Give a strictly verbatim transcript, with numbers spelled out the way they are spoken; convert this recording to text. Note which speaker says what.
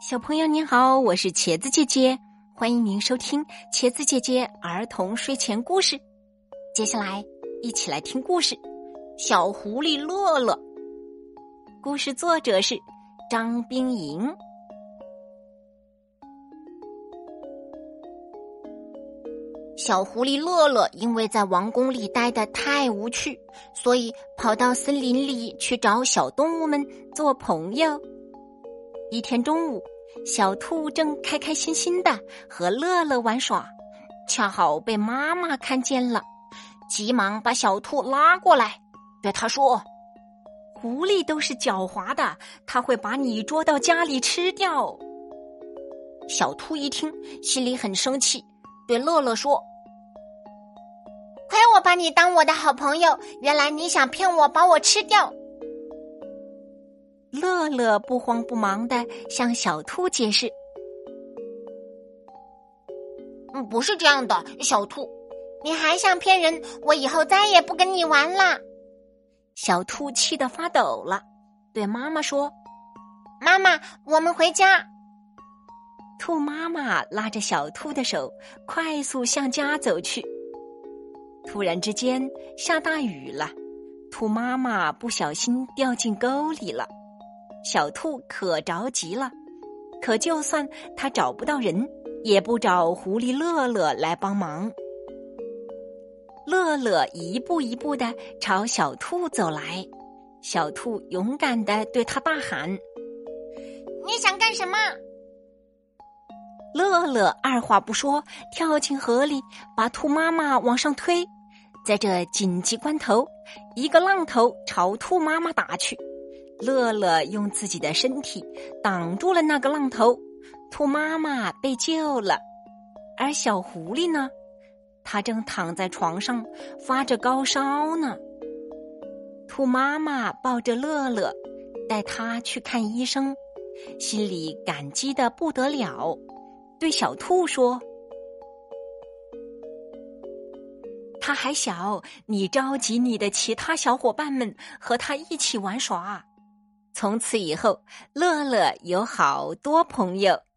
Speaker 1: 小朋友您好，我是茄子姐姐，欢迎您收听茄子姐姐儿童睡前故事。接下来一起来听故事《小狐狸乐乐》。故事作者是张冰莹。小狐狸乐乐因为在王宫里待得太无趣，所以跑到森林里去找小动物们做朋友。一天中午，小兔正开开心心地和乐乐玩耍，恰好被妈妈看见了，急忙把小兔拉过来，对他说：狐狸都是狡猾的，它会把你捉到家里吃掉。小兔一听，心里很生气，对乐乐说：亏我把你当我的好朋友，原来你想骗我把我吃掉。乐乐不慌不忙地向小兔解释：嗯，不是这样的，小兔，你还想骗人，我以后再也不跟你玩啦。小兔气得发抖了，对妈妈说：妈妈，我们回家。兔妈妈拉着小兔的手，快速向家走去。突然之间下大雨了，兔妈妈不小心掉进沟里了。小兔可着急了，可就算他找不到人，也不找狐狸乐乐来帮忙。乐乐一步一步地朝小兔走来，小兔勇敢地对他大喊：你想干什么？乐乐二话不说，跳进河里，把兔妈妈往上推。在这紧急关头，一个浪头朝兔妈妈打去，乐乐用自己的身体挡住了那个浪头，兔妈妈被救了。而小狐狸呢，它正躺在床上发着高烧呢。兔妈妈抱着乐乐，带他去看医生，心里感激得不得了，对小兔说：他还小，你召集你的其他小伙伴们和他一起玩耍。从此以后，乐乐有好多朋友。